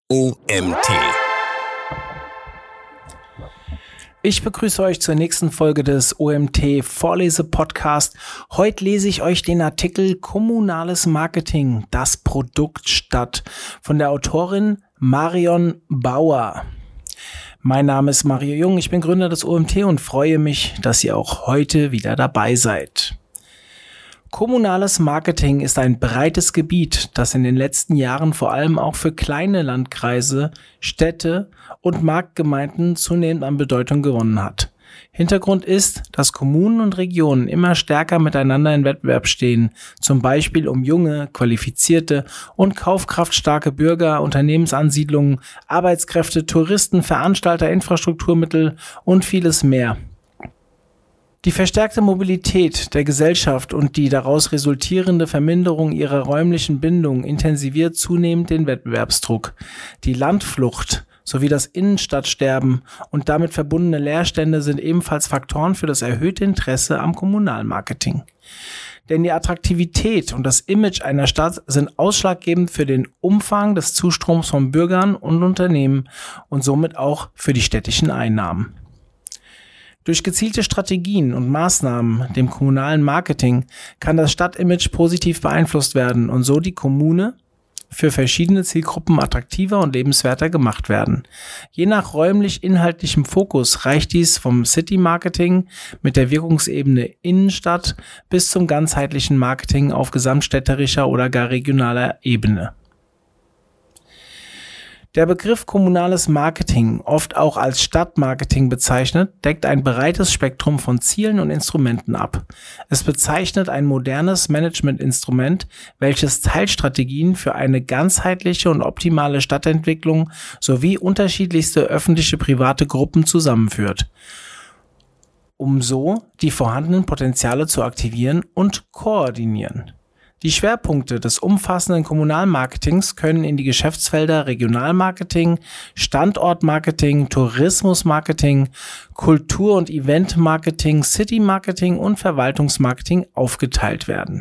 OMT. Ich begrüße euch zur nächsten Folge des OMT Vorlese-Podcast. Heute lese ich euch den Artikel Kommunales Marketing, das Produkt Stadt von der Autorin Marion Bauer. Mein Name ist Mario Jung, ich bin Gründer des OMT und freue mich, dass ihr auch heute wieder dabei seid. Kommunales Marketing ist ein breites Gebiet, das in den letzten Jahren vor allem auch für kleine Landkreise, Städte und Marktgemeinden zunehmend an Bedeutung gewonnen hat. Hintergrund ist, dass Kommunen und Regionen immer stärker miteinander in Wettbewerb stehen, zum Beispiel um junge, qualifizierte und kaufkraftstarke Bürger, Unternehmensansiedlungen, Arbeitskräfte, Touristen, Veranstalter, Infrastrukturmittel und vieles mehr. Die verstärkte Mobilität der Gesellschaft und die daraus resultierende Verminderung ihrer räumlichen Bindung intensiviert zunehmend den Wettbewerbsdruck. Die Landflucht sowie das Innenstadtsterben und damit verbundene Leerstände sind ebenfalls Faktoren für das erhöhte Interesse am Kommunalmarketing. Denn die Attraktivität und das Image einer Stadt sind ausschlaggebend für den Umfang des Zustroms von Bürgern und Unternehmen und somit auch für die städtischen Einnahmen. Durch gezielte Strategien und Maßnahmen, dem kommunalen Marketing, kann das Stadtimage positiv beeinflusst werden und so die Kommune für verschiedene Zielgruppen attraktiver und lebenswerter gemacht werden. Je nach räumlich-inhaltlichem Fokus reicht dies vom City-Marketing mit der Wirkungsebene Innenstadt bis zum ganzheitlichen Marketing auf gesamtstädterischer oder gar regionaler Ebene. Der Begriff kommunales Marketing, oft auch als Stadtmarketing bezeichnet, deckt ein breites Spektrum von Zielen und Instrumenten ab. Es bezeichnet ein modernes Managementinstrument, welches Teilstrategien für eine ganzheitliche und optimale Stadtentwicklung sowie unterschiedlichste öffentliche private Gruppen zusammenführt, um so die vorhandenen Potenziale zu aktivieren und koordinieren. Die Schwerpunkte des umfassenden Kommunalmarketings können in die Geschäftsfelder Regionalmarketing, Standortmarketing, Tourismusmarketing, Kultur- und Eventmarketing, Citymarketing und Verwaltungsmarketing aufgeteilt werden.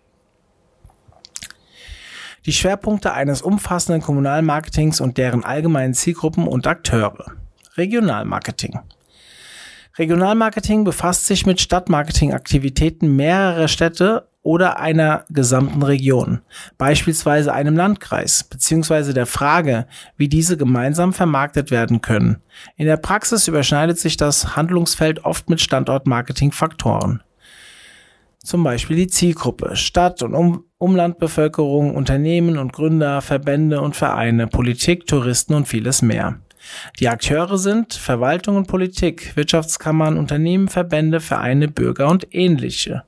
Die Schwerpunkte eines umfassenden Kommunalmarketings und deren allgemeinen Zielgruppen und Akteure. Regionalmarketing. Regionalmarketing befasst sich mit Stadtmarketingaktivitäten mehrerer Städte oder einer gesamten Region, beispielsweise einem Landkreis, beziehungsweise der Frage, wie diese gemeinsam vermarktet werden können. In der Praxis überschneidet sich das Handlungsfeld oft mit Standortmarketing-Faktoren. Zum Beispiel die Zielgruppe, Stadt- und Umlandbevölkerung, Unternehmen und Gründer, Verbände und Vereine, Politik, Touristen und vieles mehr. Die Akteure sind Verwaltung und Politik, Wirtschaftskammern, Unternehmen, Verbände, Vereine, Bürger und ähnliche.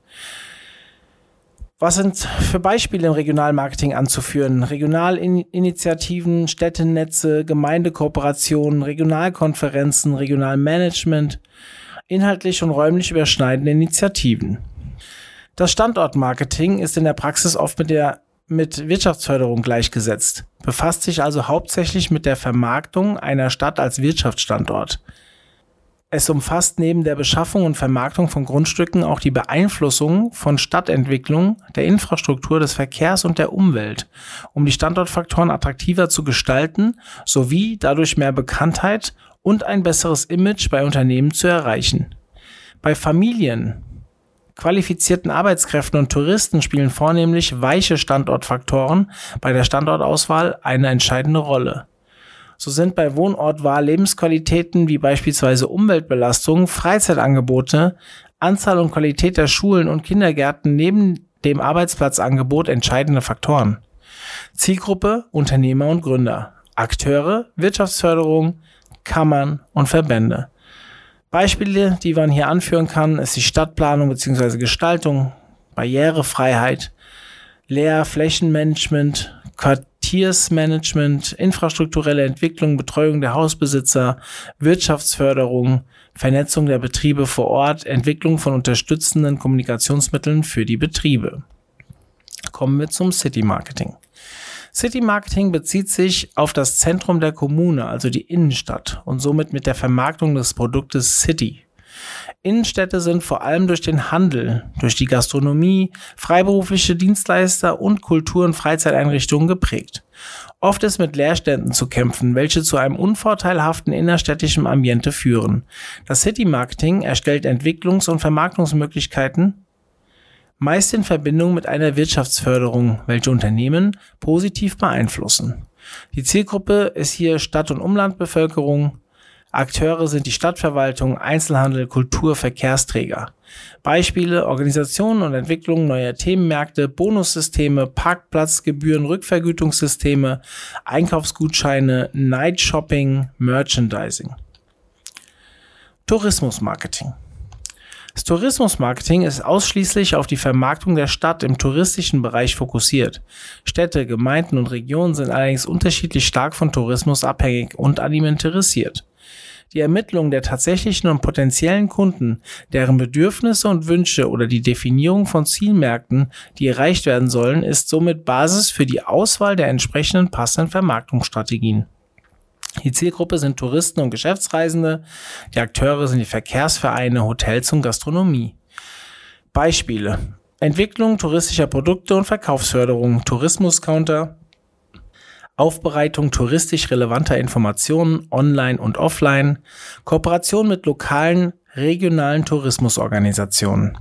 Was sind für Beispiele im Regionalmarketing anzuführen? Regionalinitiativen, Städtenetze, Gemeindekooperationen, Regionalkonferenzen, Regionalmanagement, inhaltlich und räumlich überschneidende Initiativen. Das Standortmarketing ist in der Praxis oft mit Wirtschaftsförderung gleichgesetzt, befasst sich also hauptsächlich mit der Vermarktung einer Stadt als Wirtschaftsstandort. Es umfasst neben der Beschaffung und Vermarktung von Grundstücken auch die Beeinflussung von Stadtentwicklung, der Infrastruktur, des Verkehrs und der Umwelt, um die Standortfaktoren attraktiver zu gestalten, sowie dadurch mehr Bekanntheit und ein besseres Image bei Unternehmen zu erreichen. Bei Familien, qualifizierten Arbeitskräften und Touristen spielen vornehmlich weiche Standortfaktoren bei der Standortauswahl eine entscheidende Rolle. So sind bei Wohnortwahl Lebensqualitäten wie beispielsweise Umweltbelastung, Freizeitangebote, Anzahl und Qualität der Schulen und Kindergärten neben dem Arbeitsplatzangebot entscheidende Faktoren. Zielgruppe, Unternehmer und Gründer, Akteure, Wirtschaftsförderung, Kammern und Verbände. Beispiele, die man hier anführen kann, ist die Stadtplanung bzw. Gestaltung, Barrierefreiheit, Leerflächenmanagement, Quartiersmanagement, infrastrukturelle Entwicklung, Betreuung der Hausbesitzer, Wirtschaftsförderung, Vernetzung der Betriebe vor Ort, Entwicklung von unterstützenden Kommunikationsmitteln für die Betriebe. Kommen wir zum City-Marketing. City-Marketing bezieht sich auf das Zentrum der Kommune, also die Innenstadt, und somit mit der Vermarktung des Produktes City. Innenstädte sind vor allem durch den Handel, durch die Gastronomie, freiberufliche Dienstleister und Kultur- und Freizeiteinrichtungen geprägt. Oft ist mit Leerständen zu kämpfen, welche zu einem unvorteilhaften innerstädtischen Ambiente führen. Das City-Marketing erstellt Entwicklungs- und Vermarktungsmöglichkeiten, meist in Verbindung mit einer Wirtschaftsförderung, welche Unternehmen positiv beeinflussen. Die Zielgruppe ist hier Stadt- und Umlandbevölkerung. Akteure sind die Stadtverwaltung, Einzelhandel, Kultur, Verkehrsträger. Beispiele: Organisationen und Entwicklung neuer Themenmärkte, Bonussysteme, Parkplatzgebühren, Rückvergütungssysteme, Einkaufsgutscheine, Night-Shopping, Merchandising. Tourismusmarketing. Das Tourismusmarketing ist ausschließlich auf die Vermarktung der Stadt im touristischen Bereich fokussiert. Städte, Gemeinden und Regionen sind allerdings unterschiedlich stark von Tourismus abhängig und an ihm interessiert. Die Ermittlung der tatsächlichen und potenziellen Kunden, deren Bedürfnisse und Wünsche oder die Definierung von Zielmärkten, die erreicht werden sollen, ist somit Basis für die Auswahl der entsprechenden passenden Vermarktungsstrategien. Die Zielgruppe sind Touristen und Geschäftsreisende, die Akteure sind die Verkehrsvereine, Hotels und Gastronomie. Beispiele: Entwicklung touristischer Produkte und Verkaufsförderung, Tourismuscounter, Aufbereitung touristisch relevanter Informationen online und offline, Kooperation mit lokalen, regionalen Tourismusorganisationen.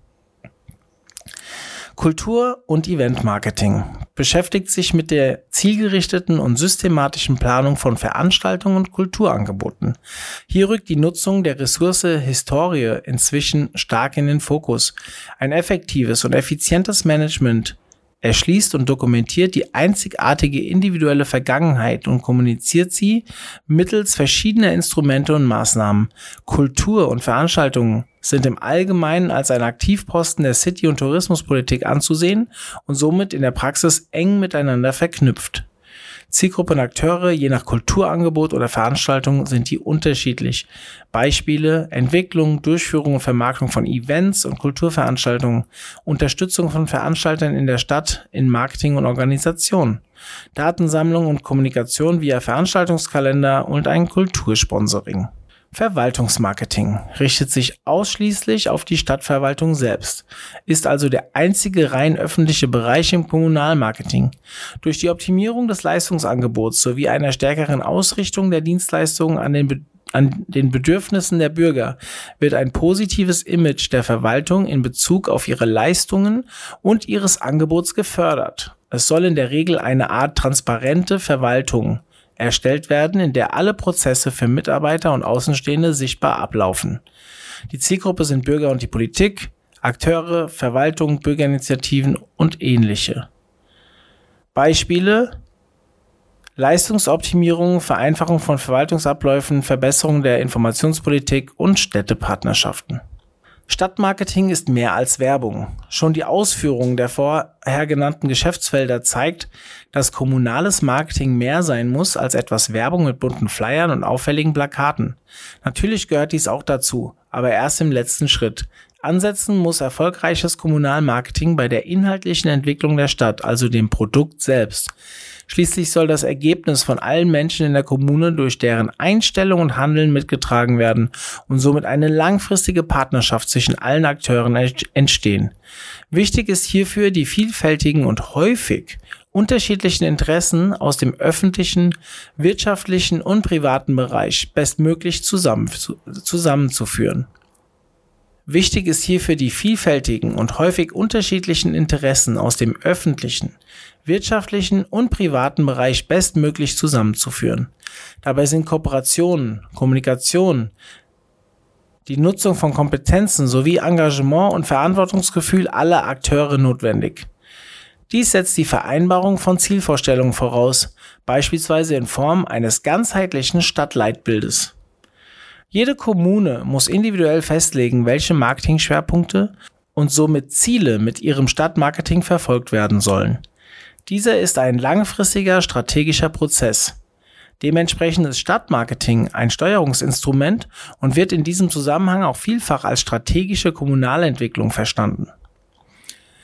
Kultur- und Eventmarketing beschäftigt sich mit der zielgerichteten und systematischen Planung von Veranstaltungen und Kulturangeboten. Hier rückt die Nutzung der Ressource Historie inzwischen stark in den Fokus. Ein effektives und effizientes Management erschließt und dokumentiert die einzigartige individuelle Vergangenheit und kommuniziert sie mittels verschiedener Instrumente und Maßnahmen. Kultur und Veranstaltungen sind im Allgemeinen als ein Aktivposten der City- und Tourismuspolitik anzusehen und somit in der Praxis eng miteinander verknüpft. Zielgruppe und Akteure je nach Kulturangebot oder Veranstaltung sind die unterschiedlich. Beispiele: Entwicklung, Durchführung und Vermarktung von Events und Kulturveranstaltungen, Unterstützung von Veranstaltern in der Stadt in Marketing und Organisation, Datensammlung und Kommunikation via Veranstaltungskalender und ein Kultursponsoring. Verwaltungsmarketing richtet sich ausschließlich auf die Stadtverwaltung selbst, ist also der einzige rein öffentliche Bereich im Kommunalmarketing. Durch die Optimierung des Leistungsangebots sowie einer stärkeren Ausrichtung der Dienstleistungen an den Bedürfnissen der Bürger wird ein positives Image der Verwaltung in Bezug auf ihre Leistungen und ihres Angebots gefördert. Es soll in der Regel eine Art transparente Verwaltung erstellt werden, in der alle Prozesse für Mitarbeiter und Außenstehende sichtbar ablaufen. Die Zielgruppe sind Bürger und die Politik, Akteure, Verwaltung, Bürgerinitiativen und ähnliche. Beispiele: Leistungsoptimierung, Vereinfachung von Verwaltungsabläufen, Verbesserung der Informationspolitik und Städtepartnerschaften. Stadtmarketing ist mehr als Werbung. Schon die Ausführung der vorher genannten Geschäftsfelder zeigt, dass kommunales Marketing mehr sein muss als etwas Werbung mit bunten Flyern und auffälligen Plakaten. Natürlich gehört dies auch dazu, aber erst im letzten Schritt. Ansetzen muss erfolgreiches Kommunalmarketing bei der inhaltlichen Entwicklung der Stadt, also dem Produkt selbst. Schließlich soll das Ergebnis von allen Menschen in der Kommune durch deren Einstellung und Handeln mitgetragen werden und somit eine langfristige Partnerschaft zwischen allen Akteuren entstehen. Wichtig ist hierfür, die vielfältigen und häufig unterschiedlichen Interessen aus dem öffentlichen, wirtschaftlichen und privaten Bereich bestmöglich zusammenzuführen. Wichtig ist hierfür, die vielfältigen und häufig unterschiedlichen Interessen aus dem öffentlichen, wirtschaftlichen und privaten Bereich bestmöglich zusammenzuführen. Dabei sind Kooperationen, Kommunikation, die Nutzung von Kompetenzen sowie Engagement und Verantwortungsgefühl aller Akteure notwendig. Dies setzt die Vereinbarung von Zielvorstellungen voraus, beispielsweise in Form eines ganzheitlichen Stadtleitbildes. Jede Kommune muss individuell festlegen, welche Marketingschwerpunkte und somit Ziele mit ihrem Stadtmarketing verfolgt werden sollen. Dieser ist ein langfristiger strategischer Prozess. Dementsprechend ist Stadtmarketing ein Steuerungsinstrument und wird in diesem Zusammenhang auch vielfach als strategische Kommunalentwicklung verstanden.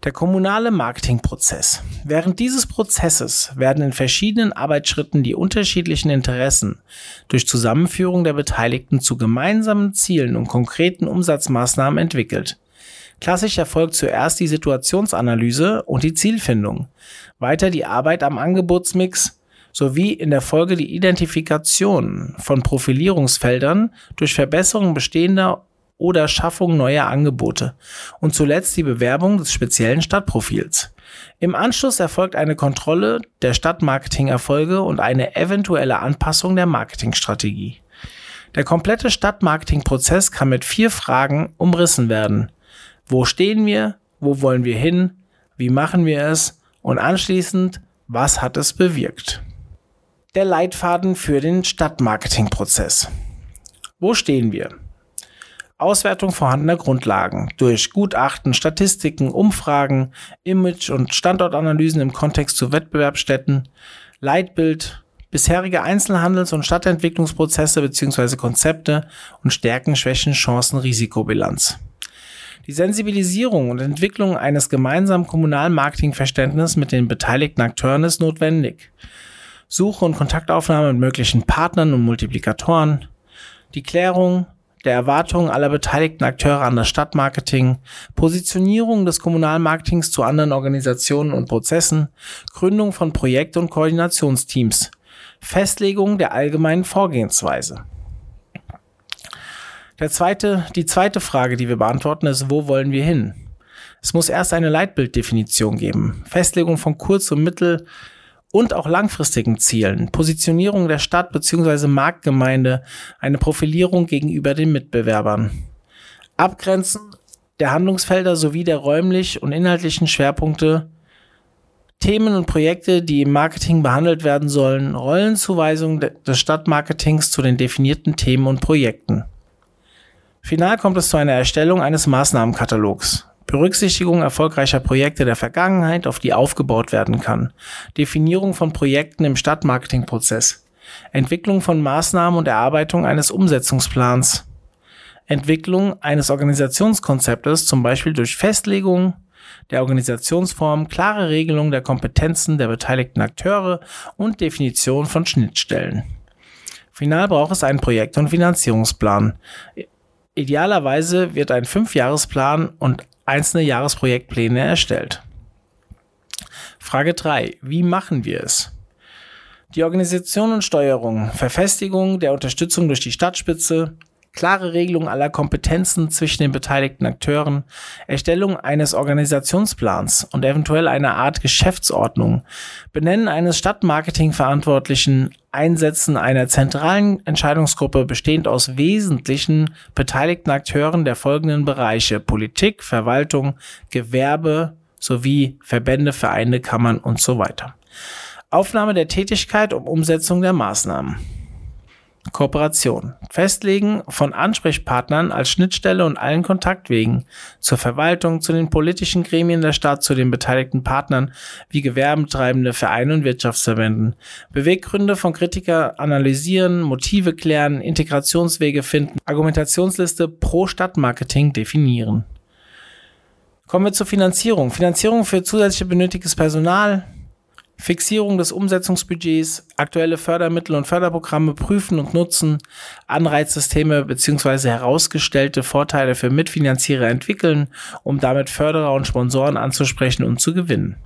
Der kommunale Marketingprozess. Während dieses Prozesses werden in verschiedenen Arbeitsschritten die unterschiedlichen Interessen durch Zusammenführung der Beteiligten zu gemeinsamen Zielen und konkreten Umsatzmaßnahmen entwickelt. Klassisch erfolgt zuerst die Situationsanalyse und die Zielfindung, weiter die Arbeit am Angebotsmix sowie in der Folge die Identifikation von Profilierungsfeldern durch Verbesserung bestehender oder Schaffung neuer Angebote und zuletzt die Bewerbung des speziellen Stadtprofils. Im Anschluss erfolgt eine Kontrolle der Stadtmarketing-Erfolge und eine eventuelle Anpassung der Marketingstrategie. Der komplette Stadtmarketing-Prozess kann mit 4 Fragen umrissen werden. Wo stehen wir? Wo wollen wir hin? Wie machen wir es? Und anschließend, was hat es bewirkt? Der Leitfaden für den Stadtmarketing-Prozess. Wo stehen wir? Auswertung vorhandener Grundlagen durch Gutachten, Statistiken, Umfragen, Image- und Standortanalysen im Kontext zu Wettbewerbsstätten, Leitbild, bisherige Einzelhandels- und Stadtentwicklungsprozesse bzw. Konzepte und Stärken, Schwächen, Chancen, Risikobilanz. Die Sensibilisierung und Entwicklung eines gemeinsamen kommunalen Marketingverständnisses mit den beteiligten Akteuren ist notwendig. Suche und Kontaktaufnahme mit möglichen Partnern und Multiplikatoren, die Klärung der Erwartungen aller beteiligten Akteure an das Stadtmarketing, Positionierung des kommunalen Marketings zu anderen Organisationen und Prozessen, Gründung von Projekt- und Koordinationsteams, Festlegung der allgemeinen Vorgehensweise. Die zweite Frage, die wir beantworten, ist, wo wollen wir hin? Es muss erst eine Leitbilddefinition geben, Festlegung von kurz- und mittel- und auch langfristigen Zielen, Positionierung der Stadt bzw. Marktgemeinde, eine Profilierung gegenüber den Mitbewerbern, Abgrenzen der Handlungsfelder sowie der räumlich und inhaltlichen Schwerpunkte, Themen und Projekte, die im Marketing behandelt werden sollen, Rollenzuweisung des Stadtmarketings zu den definierten Themen und Projekten. Final kommt es zu einer Erstellung eines Maßnahmenkatalogs. Berücksichtigung erfolgreicher Projekte der Vergangenheit, auf die aufgebaut werden kann. Definierung von Projekten im Stadtmarketingprozess. Entwicklung von Maßnahmen und Erarbeitung eines Umsetzungsplans. Entwicklung eines Organisationskonzeptes, zum Beispiel durch Festlegung der Organisationsform, klare Regelung der Kompetenzen der beteiligten Akteure und Definition von Schnittstellen. Final braucht es einen Projekt- und Finanzierungsplan. Idealerweise wird ein 5-Jahresplan und einzelne Jahresprojektpläne erstellt. Frage 3. Wie machen wir es? Die Organisation und Steuerung, Verfestigung der Unterstützung durch die Stadtspitze, klare Regelung aller Kompetenzen zwischen den beteiligten Akteuren, Erstellung eines Organisationsplans und eventuell eine Art Geschäftsordnung, Benennen eines Stadtmarketingverantwortlichen, Einsetzen einer zentralen Entscheidungsgruppe bestehend aus wesentlichen beteiligten Akteuren der folgenden Bereiche: Politik, Verwaltung, Gewerbe sowie Verbände, Vereine, Kammern und so weiter. Aufnahme der Tätigkeit um Umsetzung der Maßnahmen. Kooperation. Festlegen von Ansprechpartnern als Schnittstelle und allen Kontaktwegen zur Verwaltung, zu den politischen Gremien der Stadt, zu den beteiligten Partnern wie Gewerbetreibende, Vereine und Wirtschaftsverbänden. Beweggründe von Kritiker analysieren, Motive klären, Integrationswege finden, Argumentationsliste pro Stadtmarketing definieren. Kommen wir zur Finanzierung. Finanzierung für zusätzlich benötigtes Personal, Fixierung des Umsetzungsbudgets, aktuelle Fördermittel und Förderprogramme prüfen und nutzen, Anreizsysteme bzw. herausgestellte Vorteile für Mitfinanzierer entwickeln, um damit Förderer und Sponsoren anzusprechen und zu gewinnen.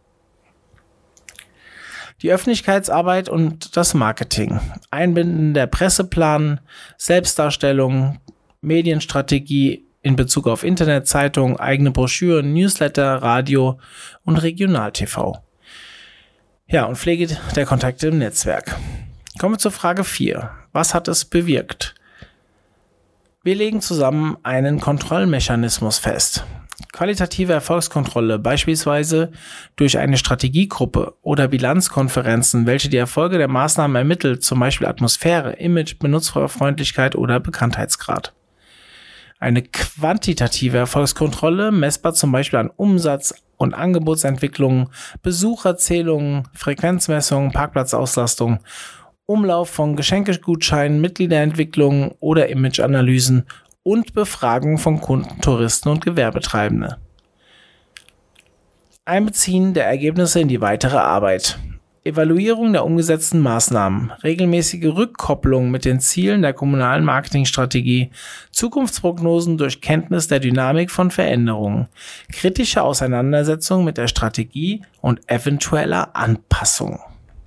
Die Öffentlichkeitsarbeit und das Marketing, Einbinden der Presseplan, Selbstdarstellung, Medienstrategie in Bezug auf Internet, Zeitung, eigene Broschüren, Newsletter, Radio und Regional-TV. Ja, und Pflege der Kontakte im Netzwerk. Kommen wir zur Frage 4. Was hat es bewirkt? Wir legen zusammen einen Kontrollmechanismus fest. Qualitative Erfolgskontrolle, beispielsweise durch eine Strategiegruppe oder Bilanzkonferenzen, welche die Erfolge der Maßnahmen ermittelt, zum Beispiel Atmosphäre, Image, Benutzerfreundlichkeit oder Bekanntheitsgrad. Eine quantitative Erfolgskontrolle, messbar zum Beispiel an Umsatz und Angebotsentwicklung, Besucherzählungen, Frequenzmessungen, Parkplatzauslastung, Umlauf von Geschenkegutscheinen, Mitgliederentwicklung oder Imageanalysen und Befragung von Kunden, Touristen und Gewerbetreibende. Einbeziehen der Ergebnisse in die weitere Arbeit. Evaluierung der umgesetzten Maßnahmen, regelmäßige Rückkopplung mit den Zielen der kommunalen Marketingstrategie, Zukunftsprognosen durch Kenntnis der Dynamik von Veränderungen, kritische Auseinandersetzung mit der Strategie und eventueller Anpassung.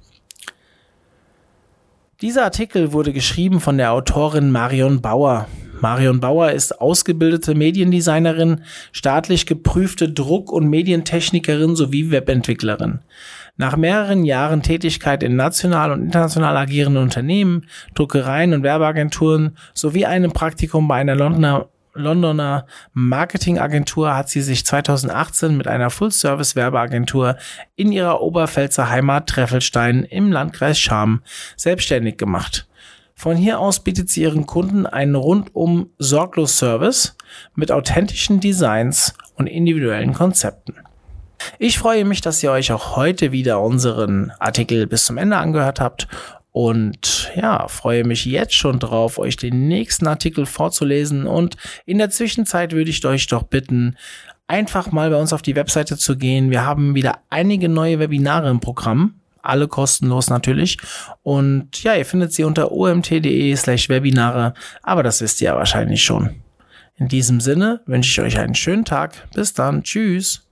Dieser Artikel wurde geschrieben von der Autorin Marion Bauer. Marion Bauer ist ausgebildete Mediendesignerin, staatlich geprüfte Druck- und Medientechnikerin sowie Webentwicklerin. Nach mehreren Jahren Tätigkeit in national und international agierenden Unternehmen, Druckereien und Werbeagenturen sowie einem Praktikum bei einer Londoner Marketingagentur hat sie sich 2018 mit einer Full-Service-Werbeagentur in ihrer Oberpfälzer Heimat Treffelstein im Landkreis Cham selbstständig gemacht. Von hier aus bietet sie ihren Kunden einen rundum sorglos Service mit authentischen Designs und individuellen Konzepten. Ich freue mich, dass ihr euch auch heute wieder unseren Artikel bis zum Ende angehört habt und ja, freue mich jetzt schon drauf, euch den nächsten Artikel vorzulesen, und in der Zwischenzeit würde ich euch doch bitten, einfach mal bei uns auf die Webseite zu gehen. Wir haben wieder einige neue Webinare im Programm. Alle kostenlos natürlich. Und ja, ihr findet sie unter omt.de/Webinare, aber das wisst ihr ja wahrscheinlich schon. In diesem Sinne wünsche ich euch einen schönen Tag. Bis dann. Tschüss.